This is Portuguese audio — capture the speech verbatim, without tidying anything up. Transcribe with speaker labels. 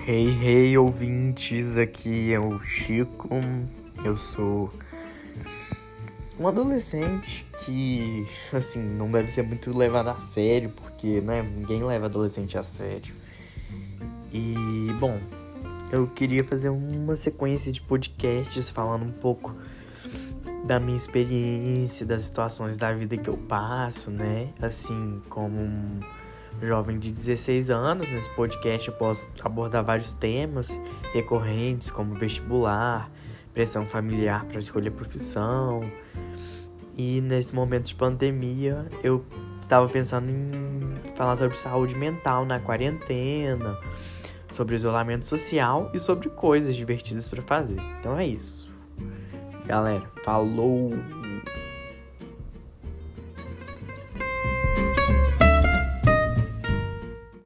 Speaker 1: Hey, hey, ouvintes, aqui é o Chico. Eu sou um adolescente que, assim, não deve ser muito levado a sério, porque, né, ninguém leva adolescente a sério. E, bom, eu queria fazer uma sequência de podcasts falando um pouco da minha experiência, das situações da vida que eu passo, né, assim, como um jovem de dezesseis anos. Nesse podcast eu posso abordar vários temas recorrentes, como vestibular, pressão familiar para escolher profissão. E nesse momento de pandemia eu estava pensando em falar sobre saúde mental na quarentena, sobre isolamento social e sobre coisas divertidas para fazer. Então é isso, galera. Falou!